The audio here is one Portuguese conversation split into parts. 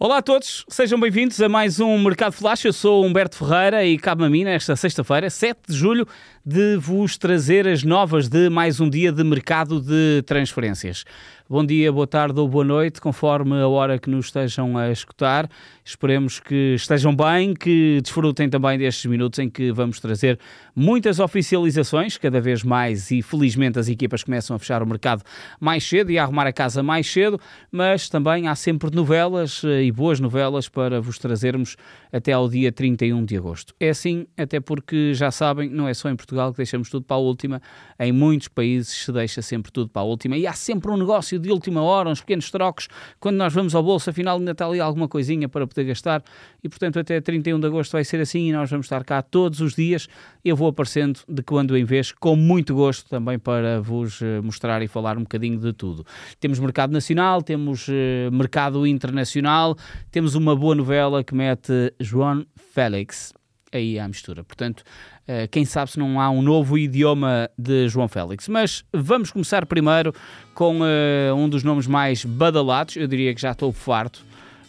Olá a todos, sejam bem-vindos a mais um Mercado Flash. Eu sou Humberto Ferreira e cabe a mim, nesta sexta-feira, 7 de julho, de vos trazer as novas de mais um dia de mercado de transferências. Bom dia, boa tarde ou boa noite, conforme a hora que nos estejam a escutar. Esperemos que estejam bem, que desfrutem também destes minutos em que vamos trazer muitas oficializações, cada vez mais, e felizmente as equipas começam a fechar o mercado mais cedo e a arrumar a casa mais cedo, mas também há sempre novelas e boas novelas para vos trazermos até ao dia 31 de agosto. É assim, até porque já sabem, não é só em Portugal que deixamos tudo para a última, em muitos países se deixa sempre tudo para a última e há sempre um negócio de última hora, uns pequenos trocos, quando nós vamos ao bolso, afinal ainda está ali alguma coisinha para poder gastar e portanto até 31 de agosto vai ser assim e nós vamos estar cá todos os dias. Eu vou aparecendo de quando em vez, com muito gosto também para vos mostrar e falar um bocadinho de tudo. Temos mercado nacional, temos mercado internacional, temos uma boa novela que mete João Félix aí à mistura. Portanto, quem sabe se não há um novo idioma de João Félix. Mas vamos começar primeiro com um dos nomes mais badalados. Eu diria que já estou farto.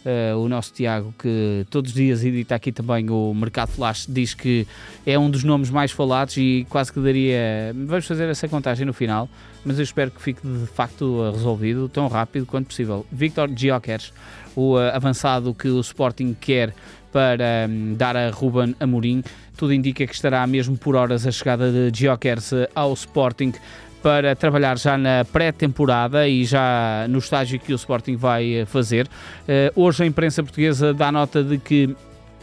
O nosso Tiago, que todos os dias edita aqui também o Mercado Flash, diz que é um dos nomes mais falados e quase que daria... Vamos fazer essa contagem no final, mas eu espero que fique de facto resolvido tão rápido quanto possível. Viktor Gyökeres, o avançado que o Sporting quer para dar a Ruben Amorim. Tudo indica que estará mesmo por horas a chegada de Gyökeres ao Sporting para trabalhar já na pré-temporada e já no estágio que o Sporting vai fazer. Hoje a imprensa portuguesa dá nota de que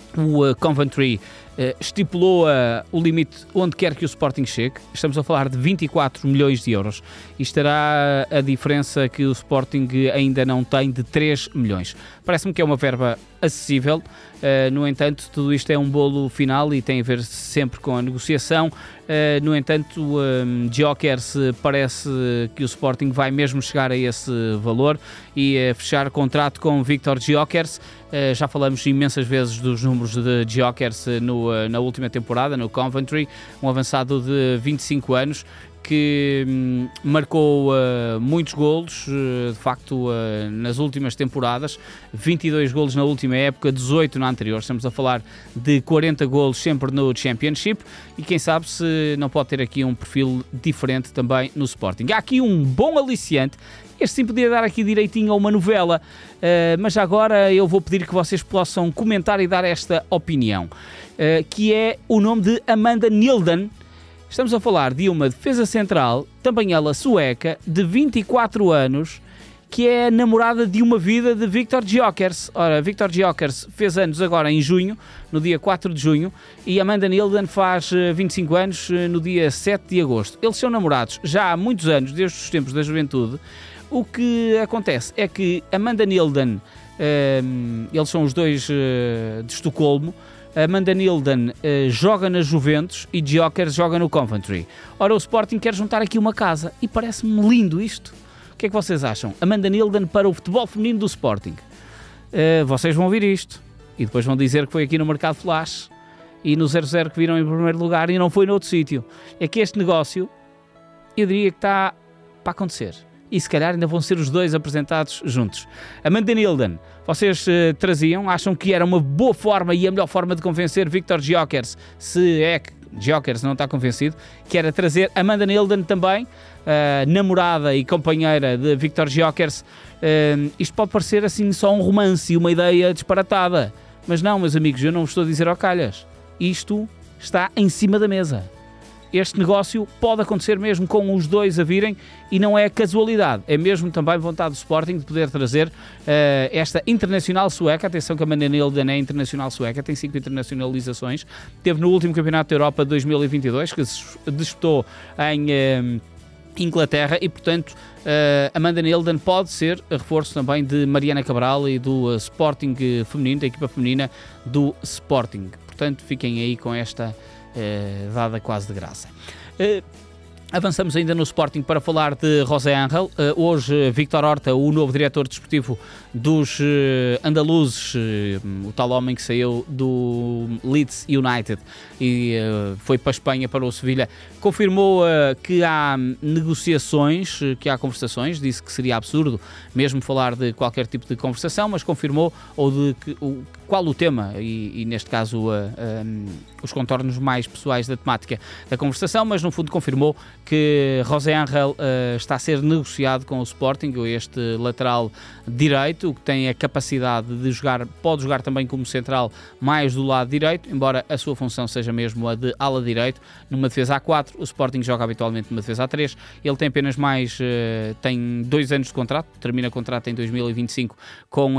o Coventry estipulou o limite onde quer que o Sporting chegue. Estamos a falar de 24 milhões de euros e estará a diferença que o Sporting ainda não tem de 3 milhões. Parece-me que é uma verba acessível, no entanto tudo isto é um bolo final e tem a ver sempre com a negociação. No entanto, Gyökeres parece que o Sporting vai mesmo chegar a esse valor e fechar contrato com Viktor Gyökeres. Já falamos imensas vezes dos números de Gyökeres na última temporada, no Coventry, um avançado de 25 anos, que marcou muitos golos, de facto, nas últimas temporadas, 22 golos na última época, 18 na anterior. Estamos a falar de 40 golos sempre no Championship e quem sabe se não pode ter aqui um perfil diferente também no Sporting. Há aqui um bom aliciante. Este sim podia dar aqui direitinho a uma novela, mas agora eu vou pedir que vocês possam comentar e dar esta opinião, que é o nome de Amanda Nilden. Estamos a falar de uma defesa central, também ela sueca, de 24 anos, que é a namorada de uma vida de Viktor Gyökeres. Ora, Viktor Gyökeres fez anos agora em junho, no dia 4 de junho, e Amanda Nilden faz 25 anos no dia 7 de agosto. Eles são namorados já há muitos anos, desde os tempos da juventude. O que acontece é que Amanda Nilden, eles são os dois de Estocolmo, Amanda Nilden joga na Juventus e Gyökeres joga no Coventry. Ora, o Sporting quer juntar aqui uma casa e parece-me lindo isto. O que é que vocês acham? Amanda Nilden para o futebol feminino do Sporting. Vocês vão ouvir isto e depois vão dizer que foi aqui no Mercado Flash e no 0-0 que viram em primeiro lugar e não foi noutro sítio. É que este negócio, eu diria que está para acontecer. E se calhar ainda vão ser os dois apresentados juntos. Amanda Nilden, vocês traziam, acham que era uma boa forma e a melhor forma de convencer Viktor Gyökeres, se é que Gyökeres não está convencido, que era trazer Amanda Nilden também, namorada e companheira de Viktor Gyökeres. Isto pode parecer assim só um romance e uma ideia disparatada, mas não, meus amigos, eu não vos estou a dizer ao calhas. Isto está em cima da mesa. Este negócio pode acontecer mesmo com os dois a virem e não é casualidade, é mesmo também vontade do Sporting de poder trazer esta internacional sueca. Atenção que a Amanda Nilden é internacional sueca, tem 5 internacionalizações, teve no último Campeonato da Europa de 2022, que se disputou em Inglaterra e, portanto, Amanda Nilden pode ser reforço também de Mariana Cabral e do Sporting feminino, da equipa feminina do Sporting. Portanto, fiquem aí com esta dada quase de graça. Avançamos ainda no Sporting para falar de José Ángel. Hoje, Víctor Horta, o novo diretor desportivo dos andaluzes, o tal homem que saiu do Leeds United e foi para a Espanha, para o Sevilha, confirmou que há negociações, que há conversações. Disse que seria absurdo mesmo falar de qualquer tipo de conversação, mas confirmou qual o tema e neste caso os contornos mais pessoais da temática da conversação, mas no fundo confirmou que José Ángel está a ser negociado com o Sporting, este lateral direito, que tem a capacidade de jogar, pode jogar também como central mais do lado direito, embora a sua função seja mesmo a de ala direito, numa defesa A4, o Sporting joga habitualmente numa defesa A3, ele tem apenas tem 2 anos de contrato, termina o contrato em 2025 com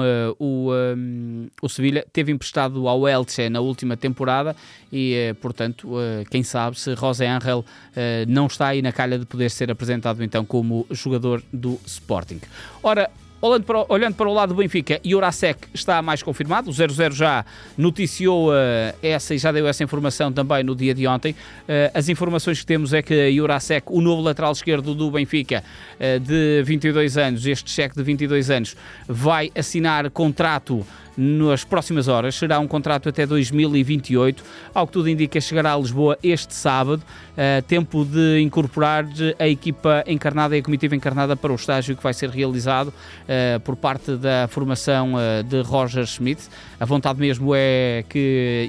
o Sevilha, teve emprestado ao Elche na última temporada e, portanto, quem sabe se José Ángel não está aí na calha de poder ser apresentado então como jogador do Sporting. Ora, olhando para o lado do Benfica, Jurasek está mais confirmado, o 0-0 já noticiou essa e já deu essa informação também no dia de ontem. As informações que temos é que Jurasek, o novo lateral esquerdo do Benfica, de 22 anos, este cheque de 22 anos, vai assinar contrato nas próximas horas, será um contrato até 2028, ao que tudo indica chegará a Lisboa este sábado, tempo de incorporar a equipa encarnada e a comitiva encarnada para o estágio que vai ser realizado por parte da formação de Roger Schmidt. A vontade mesmo é que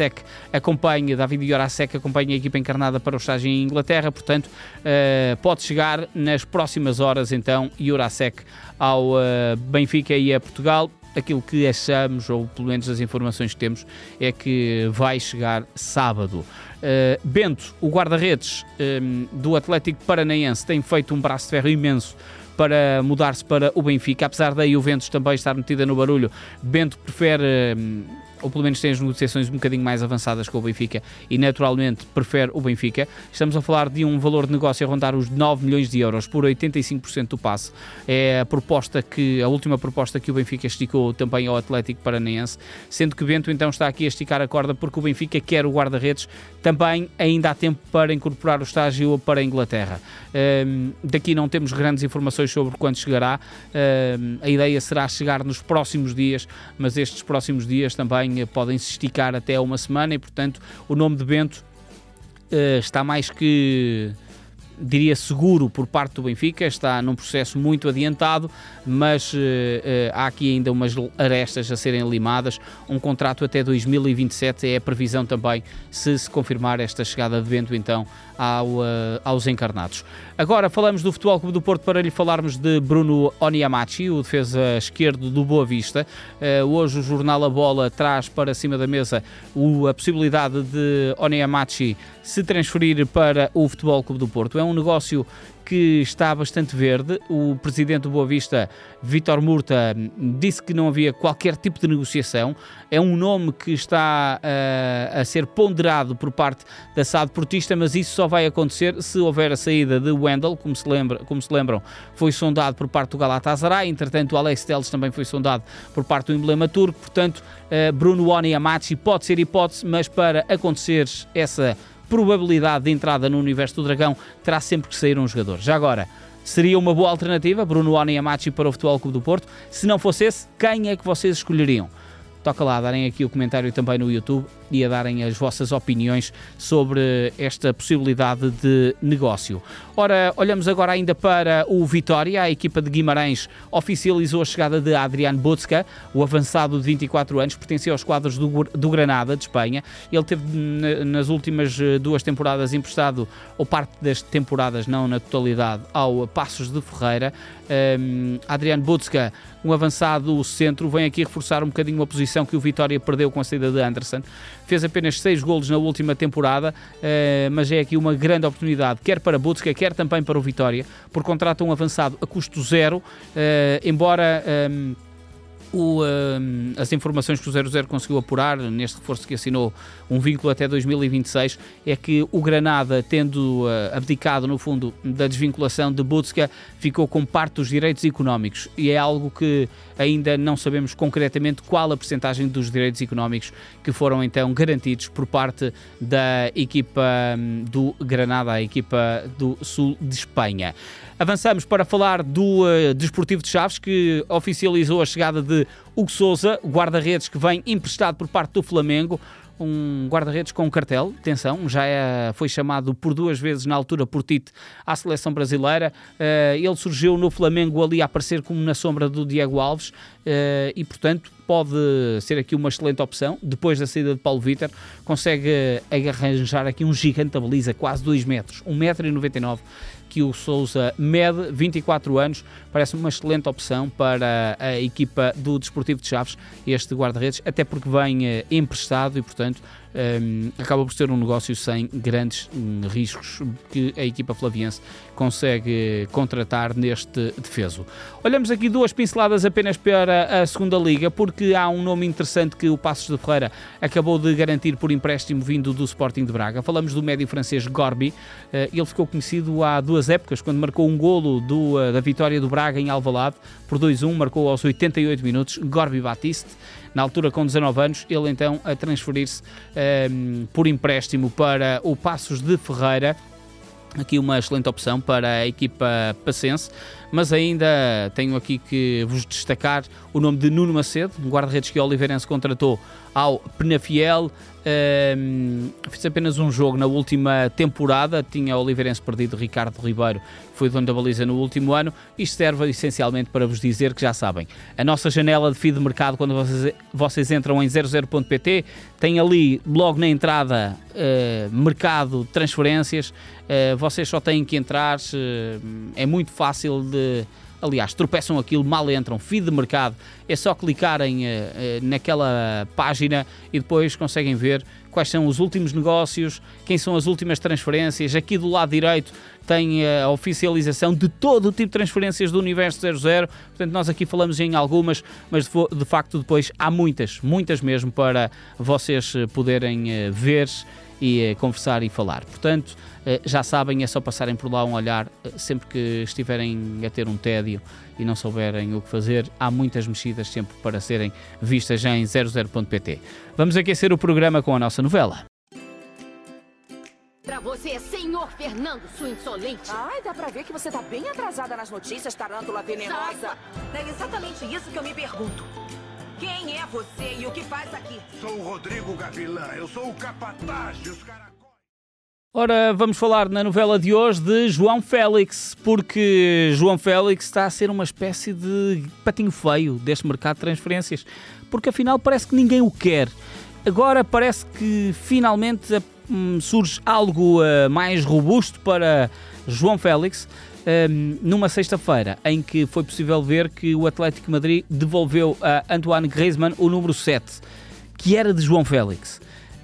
David Jurasek acompanhe a equipa encarnada para o estágio em Inglaterra, portanto pode chegar nas próximas horas então Jurasek ao Benfica e a Portugal. Aquilo que achamos, ou pelo menos as informações que temos, é que vai chegar sábado. Bento, o guarda-redes do Atlético Paranaense, tem feito um braço de ferro imenso para mudar-se para o Benfica, apesar da Juventus também estar metida no barulho. Bento prefere, ou pelo menos tem as negociações um bocadinho mais avançadas com o Benfica e naturalmente prefere o Benfica. Estamos a falar de um valor de negócio a rondar os 9 milhões de euros por 85% do passe. É a última proposta que o Benfica esticou também ao Atlético Paranaense, sendo que Bento então está aqui a esticar a corda porque o Benfica quer o guarda-redes. Também ainda há tempo para incorporar o estágio para a Inglaterra. Daqui não temos grandes informações sobre quando chegará. A ideia será chegar nos próximos dias, mas estes próximos dias também podem se esticar até uma semana e, portanto, o nome de Bento está mais que, diria, seguro por parte do Benfica, está num processo muito adiantado, mas há aqui ainda umas arestas a serem limadas. Um contrato até 2027 é a previsão também, se confirmar esta chegada de Bento então aos encarnados. Agora falamos do Futebol Clube do Porto para lhe falarmos de Bruno Onyemachi, o defesa esquerdo do Boa Vista. Hoje o jornal A Bola traz para cima da mesa a possibilidade de Onyemachi se transferir para o Futebol Clube do Porto. É um negócio que está bastante verde. O presidente do Boa Vista, Vítor Murta, disse que não havia qualquer tipo de negociação. É um nome que está a ser ponderado por parte da SAD Portista, mas isso só vai acontecer se houver a saída de Wendel, como se lembram, foi sondado por parte do Galatasaray. Entretanto, o Alex Telles também foi sondado por parte do emblema turco. Portanto, Bruno Onyemachi pode ser hipótese, mas para acontecer essa probabilidade de entrada no universo do Dragão, terá sempre que sair um jogador. Já agora, seria uma boa alternativa Bruno Onyemachi para o Futebol Clube do Porto? Se não fosse esse, quem é que vocês escolheriam? Toca lá a darem aqui o comentário também no YouTube e a darem as vossas opiniões sobre esta possibilidade de negócio. Ora, olhamos agora ainda para o Vitória. A equipa de Guimarães oficializou a chegada de Adrián Bocka, o avançado de 24 anos, pertencia aos quadros do Granada, de Espanha. Ele teve nas últimas 2 temporadas emprestado, ou parte das temporadas, não na totalidade, ao Passos de Ferreira. Adrián Bocka, um avançado centro, vem aqui reforçar um bocadinho a posição que o Vitória perdeu com a saída de Anderson. Fez apenas 6 golos na última temporada, mas é aqui uma grande oportunidade, quer para Bocka, quer também para o Vitória, por contrato um avançado a custo zero, embora As informações que o 0-0 conseguiu apurar neste reforço que assinou um vínculo até 2026 é que o Granada, tendo abdicado no fundo da desvinculação de Buzka, ficou com parte dos direitos económicos, e é algo que ainda não sabemos concretamente qual a percentagem dos direitos económicos que foram então garantidos por parte da equipa do Granada, a equipa do sul de Espanha. Avançamos para falar do Desportivo de Chaves, que oficializou a chegada de Hugo Sousa, guarda-redes que vem emprestado por parte do Flamengo. Um guarda-redes com cartel, atenção, já foi chamado por 2 vezes na altura por Tite à seleção brasileira. Ele surgiu no Flamengo ali a aparecer como na sombra do Diego Alves, e portanto pode ser aqui uma excelente opção. Depois da saída de Paulo Vítor, consegue arranjar aqui um gigante da baliza, quase 2 metros, 1,99 m, que o Sousa mede, 24 anos, parece uma excelente opção para a equipa do Desportivo de Chaves, este guarda-redes, até porque vem emprestado e, portanto, acaba por ser um negócio sem grandes riscos que a equipa flaviense consegue contratar neste defeso. Olhamos aqui 2 pinceladas apenas para a segunda Liga, porque há um nome interessante que o Paços de Ferreira acabou de garantir por empréstimo vindo do Sporting de Braga. Falamos do médio francês Gorby. Ele ficou conhecido há 2 épocas, quando marcou um golo da vitória do Braga em Alvalade por 2-1, marcou aos 88 minutos, Gorby Batiste. Na altura, com 19 anos, ele então a transferir-se por empréstimo para o Paços de Ferreira. Aqui uma excelente opção para a equipa pacense, mas ainda tenho aqui que vos destacar o nome de Nuno Macedo, um guarda-redes que o Oliveirense contratou ao Penafiel. Fiz apenas um jogo na última temporada, tinha o Oliveirense perdido Ricardo Ribeiro, que foi dono da baliza no último ano. Isto serve essencialmente para vos dizer que já sabem, a nossa janela de feed de mercado, quando vocês entram em 00.pt, tem ali logo na entrada mercado de transferências. Vocês só têm que entrar, é muito fácil de... Aliás, tropeçam aquilo, mal entram, feed de mercado, é só clicarem naquela página e depois conseguem ver quais são os últimos negócios, quem são as últimas transferências. Aqui do lado direito tem a oficialização de todo o tipo de transferências do Universo 00, portanto nós aqui falamos em algumas, mas de facto depois há muitas mesmo para vocês poderem ver e conversar e falar. Portanto, já sabem, é só passarem por lá um olhar sempre que estiverem a ter um tédio e não souberem o que fazer. Há muitas mexidas sempre para serem vistas já em 00.pt. Vamos aquecer o programa com a nossa novela. Pra você, senhor Fernando, sua insolente. Ai, dá pra ver que você tá bem atrasada nas notícias, tarântula venenosa. É exatamente isso que eu me pergunto. Quem é você e o que faz aqui? Sou o Rodrigo Gavilã, eu sou o capataz dos caracóis. Ora, vamos falar na novela de hoje de João Félix, porque João Félix está a ser uma espécie de patinho feio deste mercado de transferências, porque afinal parece que ninguém o quer. Agora parece que finalmente surge algo mais robusto para João Félix, numa sexta-feira em que foi possível ver que o Atlético de Madrid devolveu a Antoine Griezmann o número 7, que era de João Félix.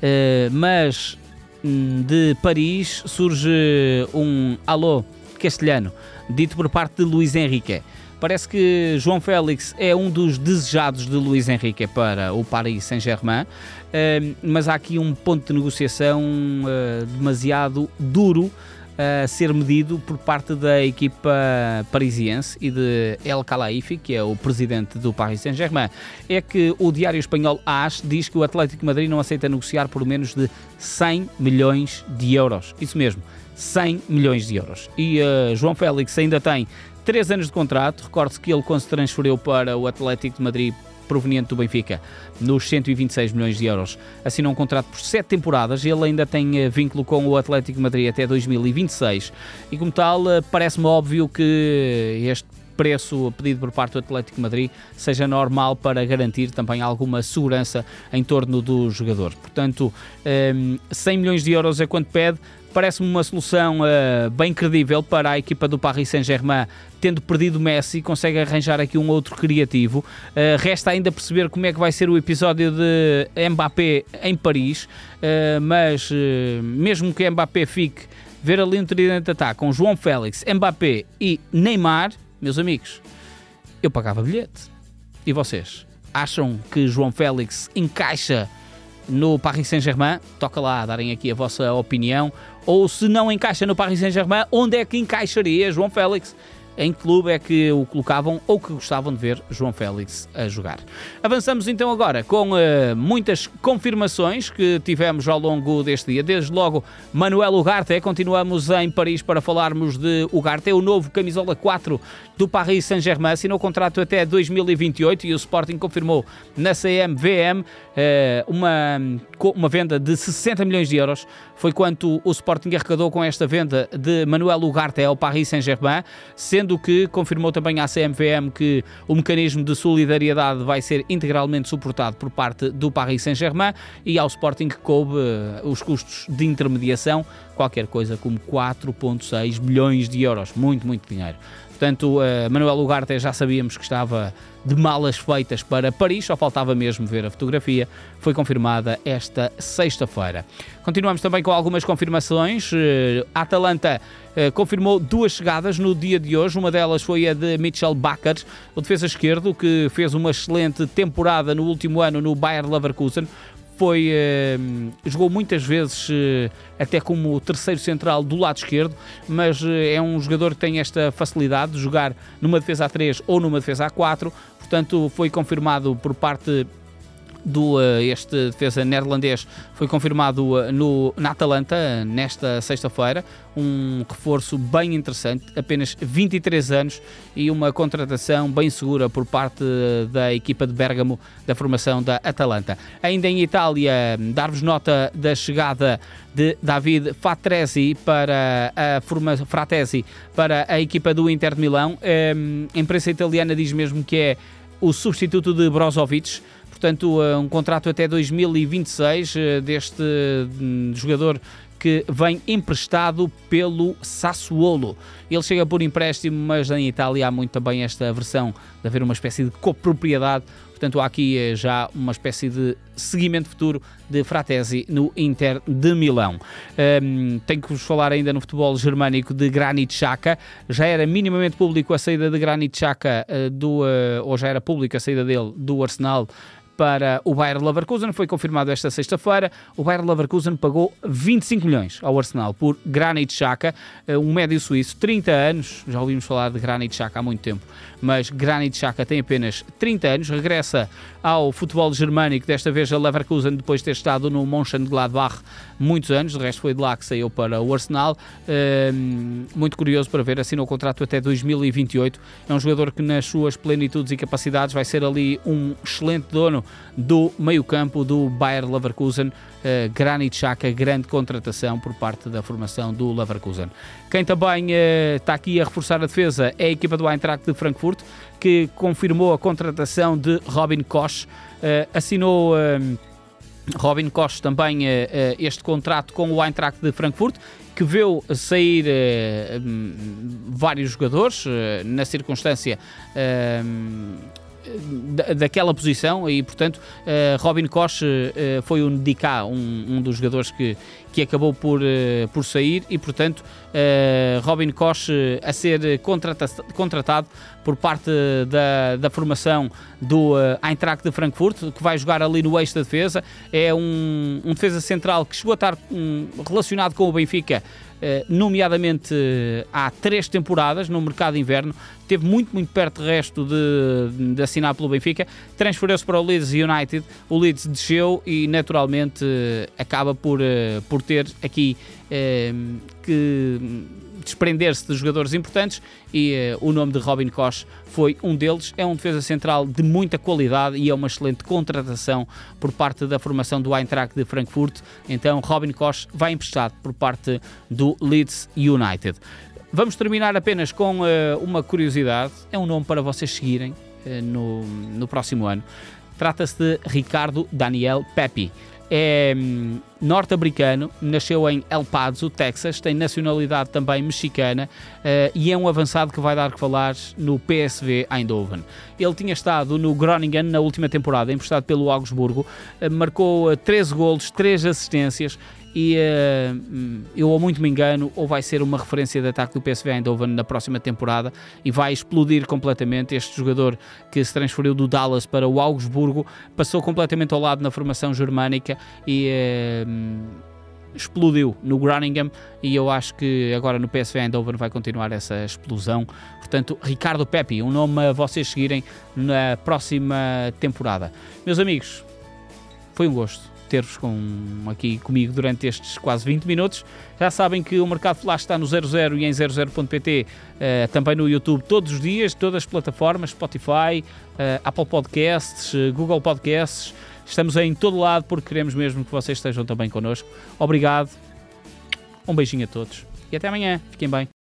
Mas de Paris surge um alô castelhano, dito por parte de Luís Henrique. Parece que João Félix é um dos desejados de Luís Henrique para o Paris Saint-Germain, mas há aqui um ponto de negociação demasiado duro a ser medido por parte da equipa parisiense e de El Khelaifi, que é o presidente do Paris Saint-Germain. É que o diário espanhol AS diz que o Atlético de Madrid não aceita negociar por menos de 100 milhões de euros. Isso mesmo, 100 milhões de euros. E João Félix ainda tem 3 anos de contrato. Recorde-se que ele, quando se transferiu para o Atlético de Madrid, proveniente do Benfica, nos 126 milhões de euros, assinou um contrato por 7 temporadas. Ele ainda tem vínculo com o Atlético de Madrid até 2026 e, como tal, parece-me óbvio que este preço pedido por parte do Atlético de Madrid seja normal para garantir também alguma segurança em torno do jogador. Portanto, 100 milhões de euros é quanto pede. Parece-me uma solução bem credível para a equipa do Paris Saint-Germain, tendo perdido Messi, consegue arranjar aqui um outro criativo. Resta ainda perceber como é que vai ser o episódio de Mbappé em Paris, mas mesmo que Mbappé fique, ver ali um tridente de ataque com João Félix, Mbappé e Neymar, meus amigos, eu pagava bilhete. E vocês? acham que João Félix encaixa no Paris Saint-Germain? Toca lá darem aqui a vossa opinião. Ou se não encaixa no Paris Saint-Germain, onde é que encaixaria João Félix? Em que clube é que o colocavam ou que gostavam de ver João Félix a jogar? Avançamos então agora com muitas confirmações que tivemos ao longo deste dia. Desde logo, Manuel Ugarte. Continuamos em Paris para falarmos de Ugarte, o novo camisola 4 do Paris Saint-Germain. Assinou contrato até 2028 e o Sporting confirmou na CMVM uma venda de 60 milhões de euros. Foi quanto o Sporting arrecadou com esta venda de Manuel Ugarte ao Paris Saint-Germain, sendo que confirmou também à CMVM que o mecanismo de solidariedade vai ser integralmente suportado por parte do Paris Saint-Germain e ao Sporting coube os custos de intermediação, qualquer coisa como 4,6 bilhões de euros. Muito, muito dinheiro. Portanto, Manuel Ugarte já sabíamos que estava de malas feitas para Paris, só faltava mesmo ver a fotografia. Foi confirmada esta sexta-feira. Continuamos também com algumas confirmações. A Atalanta confirmou 2 chegadas no dia de hoje. Uma delas foi a de Mitchell Bakker, o defesa esquerdo, que fez uma excelente temporada no último ano no Bayer Leverkusen. Jogou muitas vezes até como terceiro central do lado esquerdo, mas é um jogador que tem esta facilidade de jogar numa defesa a 3 ou numa defesa a 4, portanto foi confirmado por parte este defesa neerlandês, foi confirmado na Atalanta nesta sexta-feira, um reforço bem interessante, apenas 23 anos e uma contratação bem segura por parte da equipa de Bérgamo da formação da Atalanta. Ainda em Itália, dar-vos nota da chegada de David Fratesi para a equipa do Inter de Milão. A imprensa italiana diz mesmo que é o substituto de Brozovic. Portanto, um contrato até 2026 deste jogador que vem emprestado pelo Sassuolo. Ele chega por empréstimo, mas em Itália há muito também esta versão de haver uma espécie de copropriedade. Portanto, há aqui já uma espécie de seguimento futuro de Fratesi no Inter de Milão. Tenho que vos falar ainda no futebol germânico de Granit Xhaka. Já era minimamente público a saída de Granit Xhaka, ou já era pública a saída dele do Arsenal para o Bayer Leverkusen. Foi confirmado esta sexta-feira. O Bayer Leverkusen pagou 25 milhões ao Arsenal por Granit Xhaka, um médio suíço, 30 anos. Já ouvimos falar de Granit Xhaka há muito tempo, mas Granit Xhaka tem apenas 30 anos, regressa ao futebol germânico, desta vez a Leverkusen, depois de ter estado no Mönchengladbach muitos anos. De resto foi de lá que saiu para o Arsenal. Muito curioso para ver, assinou o contrato até 2028. É um jogador que nas suas plenitudes e capacidades vai ser ali um excelente dono do meio-campo do Bayer Leverkusen. Granit Xhaka, grande contratação por parte da formação do Leverkusen. Quem também está aqui a reforçar a defesa é a equipa do Eintracht de Frankfurt, que confirmou a contratação de Robin Koch. Assinou Robin Koch também este contrato com o Eintracht de Frankfurt, que viu sair vários jogadores na circunstância daquela posição e, portanto, Robin Koch foi um dos jogadores que acabou por sair e, portanto, Robin Koch a ser contratado por parte da formação do Eintracht de Frankfurt, que vai jogar ali no eixo da defesa. É um defesa central que chegou a estar relacionado com o Benfica, nomeadamente há 3 temporadas no mercado de inverno. Esteve muito, muito perto de resto de assinar pelo Benfica, transferiu-se para o Leeds United, o Leeds desceu e naturalmente acaba por ter aqui que desprender-se de jogadores importantes e o nome de Robin Koch foi um deles. É um defesa central de muita qualidade e é uma excelente contratação por parte da formação do Eintracht de Frankfurt. Então Robin Koch vai emprestado por parte do Leeds United. Vamos terminar apenas com uma curiosidade. É um nome para vocês seguirem no próximo ano. Trata-se de Ricardo Daniel Pepi. É norte-americano, nasceu em El Paso, Texas, tem nacionalidade também mexicana e é um avançado que vai dar que falar no PSV Eindhoven. Ele tinha estado no Groningen na última temporada, emprestado pelo Augsburgo, marcou 13 golos, 3 assistências e eu ou muito me engano, ou vai ser uma referência de ataque do PSV Eindhoven na próxima temporada e vai explodir completamente. Este jogador que se transferiu do Dallas para o Augsburgo passou completamente ao lado na formação germânica e explodiu no Groningen, e eu acho que agora no PSV Eindhoven vai continuar essa explosão. Portanto, Ricardo Pepi, um nome a vocês seguirem na próxima temporada. Meus amigos, foi um gosto ter-vos aqui comigo durante estes quase 20 minutos. Já sabem que o Mercado Flash está no 00 e em 00.pt, também no YouTube todos os dias, todas as plataformas, Spotify, Apple Podcasts, Google Podcasts. Estamos em todo lado porque queremos mesmo que vocês estejam também connosco. Obrigado, um beijinho a todos e até amanhã. Fiquem bem.